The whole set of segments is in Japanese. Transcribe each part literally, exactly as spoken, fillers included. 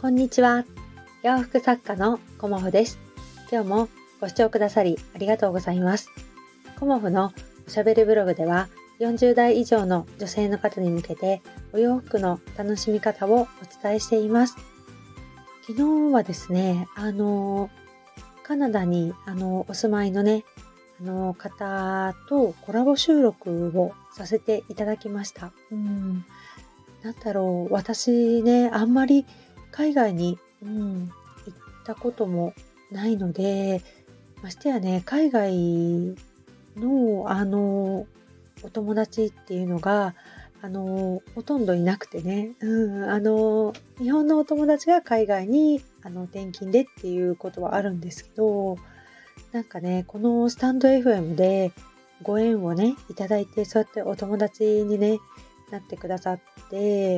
こんにちは。洋服作家のコモフです。今日もご視聴くださりありがとうございます。コモフのおしゃべりブログではよんじゅう代以上の女性の方に向けてお洋服の楽しみ方をお伝えしています。昨日はですね、あのカナダにあのお住まいのね、あの方とコラボ収録をさせていただきました。うん、なんだろう、私ね、あんまり海外に、うん、行ったこともないので、ましてやね、海外の、あの、お友達っていうのが、あの、ほとんどいなくてね、うん、あの、日本のお友達が海外に、あの、転勤でっていうことはあるんですけど、なんかね、このスタンド エフエム でご縁をね、いただいて、そうやってお友達にね、なってくださって、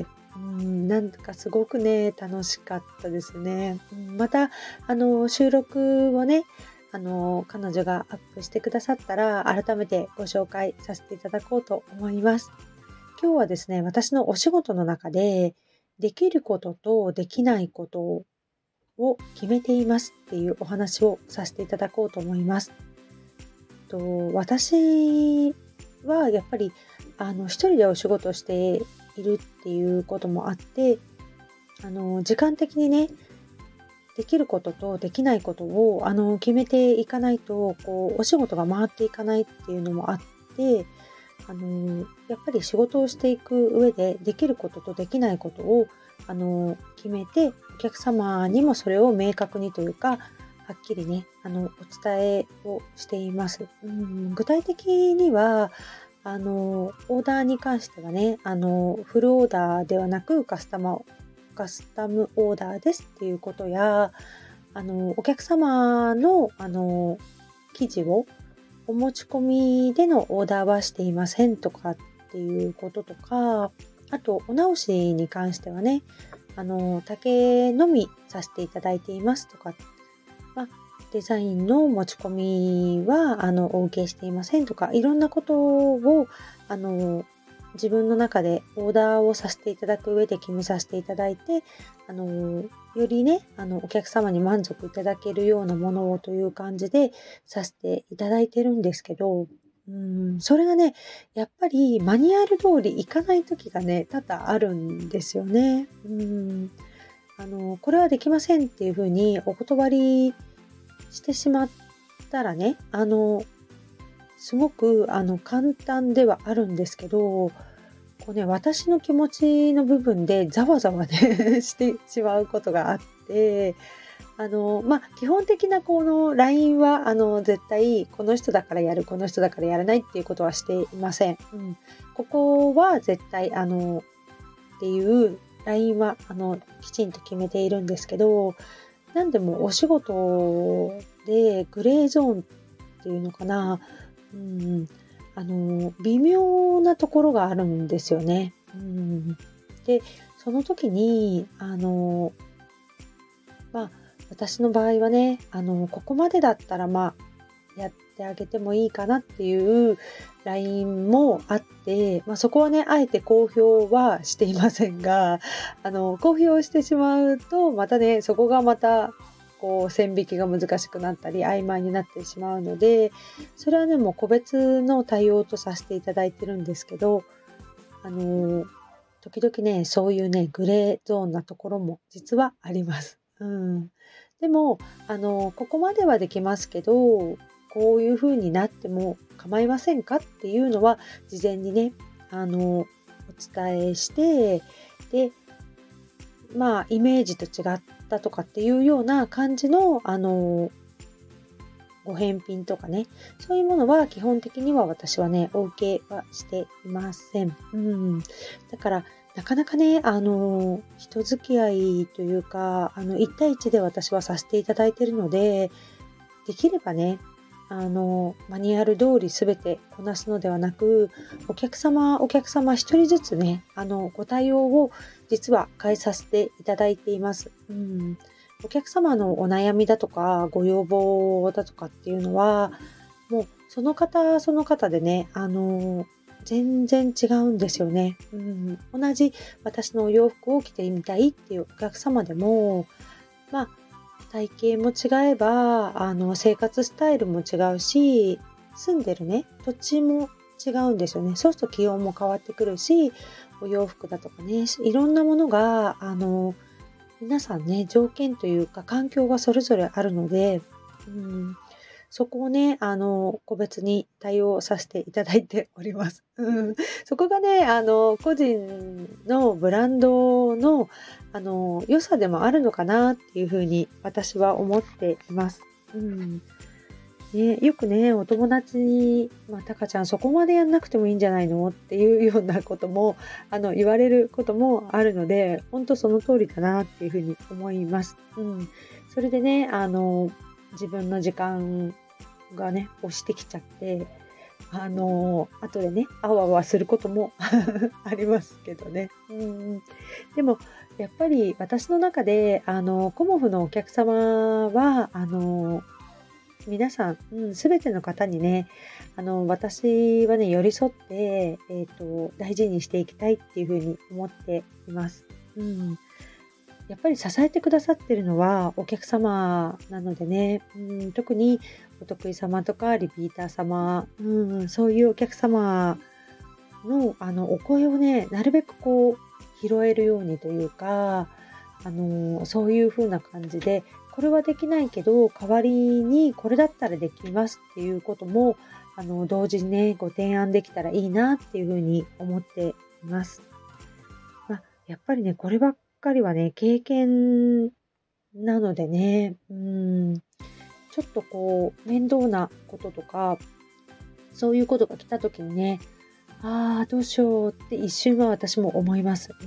うん、なんかすごくね、楽しかったですね。うん、また、あの、収録をね、あの、彼女がアップしてくださったら、改めてご紹介させていただこうと思います。今日はですね、私のお仕事の中で、できることとできないことを決めていますっていうお話をさせていただこうと思います。と私はやっぱりあの一人でお仕事しているっていうこともあって、あの時間的にね、できることとできないことをあの決めていかないと、こうお仕事が回っていかないっていうのもあって、あのやっぱり仕事をしていく上でできることとできないことをあの決めて、お客様にもそれを明確にというか、はっきりね、あのお伝えをしています。うん、具体的にはあのオーダーに関してはね、あのフルオーダーではなくカスタマカスタムオーダーですっていうことや、あのお客様のあの生地をお持ち込みでのオーダーはしていませんとかっていうこととか、あとお直しに関してはね、あの丈のみさせていただいていますとか、まあ、デザインの持ち込みはあのお受けしていませんとか、いろんなことをあの自分の中でオーダーをさせていただく上で決めさせていただいて、あのよりね、あのお客様に満足いただけるようなものをという感じでさせていただいてるんですけど、うん、それがね、やっぱりマニュアル通りいかない時がね、多々あるんですよね。うん、あのこれはできませんっていうふうにお断りしてしまったらね、あのすごくあの簡単ではあるんですけど、こうね、私の気持ちの部分でざわざわねしてしまうことがあって、あの、まあ、基本的なこの ライン はあの絶対この人だからやる、この人だからやらないっていうことはしていません。うん、ここは絶対あのっていう ライン はあのきちんと決めているんですけど、なんでもお仕事でグレーゾーンっていうのかな、うん、あの微妙なところがあるんですよね。うん、で、その時にあのまあ私の場合はね、あのここまでだったらまあやってあげてもいいかなっていうラインもあって、まあ、そこはねあえて公表はしていませんが、あの公表してしまうとまたね、そこがまたこう線引きが難しくなったり曖昧になってしまうので、それはねもう個別の対応とさせていただいてるんですけど、あの時々ねそういうねグレーゾーンなところも実はあります。うん、でもあのここまではできますけど、こういう風になっても構いませんかっていうのは事前にねあのお伝えして、でまあイメージと違ったとかっていうような感じのあのご返品とかね、そういうものは基本的には私はねお受けはしていません。うん、だからなかなかね、あの人付き合いというか、あのいち対いちで私はさせていただいているので、できればね、あのマニュアル通りすべてこなすのではなく、お客様お客様一人ずつね、あのご対応を実は変えさせていただいています。うん、お客様のお悩みだとかご要望だとかっていうのは、もうその方その方でね、あの全然違うんですよね。うん、同じ私のお洋服を着てみたいっていうお客様でも、まあ、体型も違えば、あの、生活スタイルも違うし、住んでるね、土地も違うんですよね。そうすると気温も変わってくるし、お洋服だとかね、いろんなものが、あの、皆さんね、条件というか環境がそれぞれあるので、うん、そこをね、あの、個別に対応させていただいております。うん。そこがね、あの、個人のブランドの、あの、良さでもあるのかなっていうふうに私は思っています。うん。ね、よくね、お友達に、まあ、たかちゃんそこまでやんなくてもいいんじゃないのっていうようなことも、あの、言われることもあるので、本当その通りだなっていうふうに思います。うん。それでね、あの、自分の時間がね、押してきちゃって、あの、後でね、あわあわすることもありますけどね。うん。でも、やっぱり私の中で、あの、コモフのお客様は、あの、皆さん、うん、すべての方にね、あの、私はね、寄り添って、えっと、大事にしていきたいっていうふうに思っています。うん。やっぱり支えてくださってるのはお客様なのでね、うん、特にお得意様とかリピーター様、うん、そういうお客様の、あの、お声をね、なるべくこう拾えるようにというか、あの、そういう風な感じで、これはできないけど、代わりにこれだったらできますっていうことも、あの、同時にね、ご提案できたらいいなっていう風に思っています。まあ、やっぱりね、こればっかりはね、経験なのでね、うん、ちょっとこう、面倒なこととか、そういうことが来た時にね、ああ、どうしようって一瞬は私も思います。うん、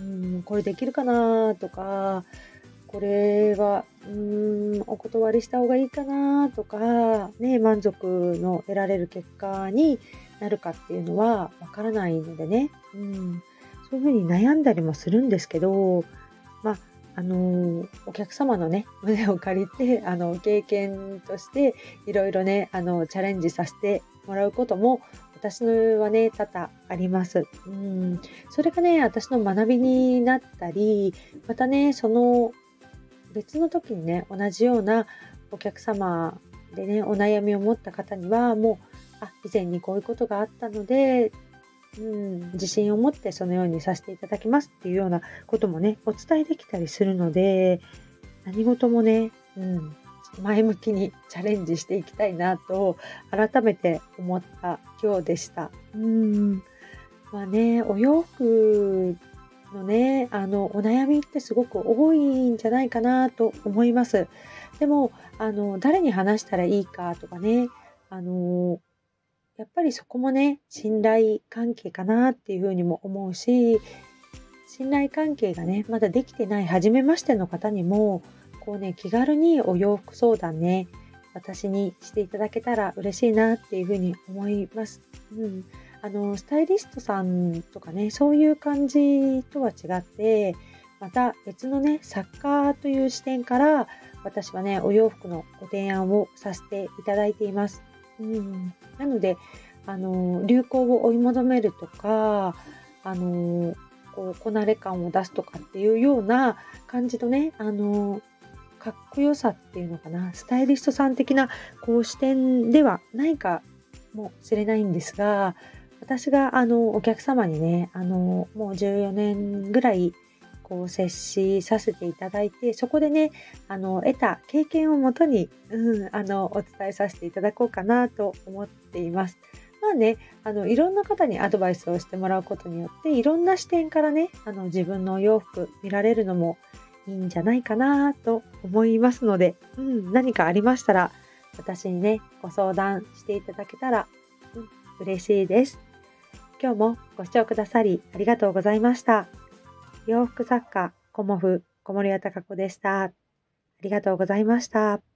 これできるかなとか、これは、うーん、お断りした方がいいかなとか、ね、満足の得られる結果になるかっていうのはわからないのでね、うん、そういうふうに悩んだりもするんですけど、まあ、あの、お客様のね、胸を借りて、あの、経験としていろいろね、あの、チャレンジさせてもらうことも、私のはね、多々あります。うん。それがね、私の学びになったり、またね、その別の時にね、同じようなお客様でね、お悩みを持った方には、もう、あ、以前にこういうことがあったので、うん、自信を持ってそのようにさせていただきますっていうようなこともね、お伝えできたりするので、何事もね、うん、前向きにチャレンジしていきたいなと改めて思った今日でした。うん、まあね、お洋服のね、あの、お悩みってすごく多いんじゃないかなと思います。でも、あの、誰に話したらいいかとかね、あの、やっぱりそこもね、信頼関係かなっていうふうにも思うし、信頼関係がね、まだできてない初めましての方にも、こうね、気軽にお洋服相談ね、私にしていただけたら嬉しいなっていうふうに思います。うん。あの、スタイリストさんとかね、そういう感じとは違って、また別のね、作家という視点から、私はね、お洋服のご提案をさせていただいています。うん。なので、あの、流行を追い求めるとか、あの、こう、こなれ感を出すとかっていうような感じのね、あの、かっこよさっていうのかな、スタイリストさん的なこう視点ではないかもしれないんですが、私があのお客様にね、あのもうじゅうよねんぐらいこう接しさせていただいて、そこでね、あの得た経験をもとに、うん、あのお伝えさせていただこうかなと思っています。まあね、あのいろんな方にアドバイスをしてもらうことによって、いろんな視点からね、あの自分のお洋服見られるのもいいんじゃないかなと思いますので、うん、何かありましたら、私にね、ご相談していただけたら、うん、嬉しいです。今日もご視聴くださりありがとうございました。洋服作家、コモフ、小森屋隆子でした。ありがとうございました。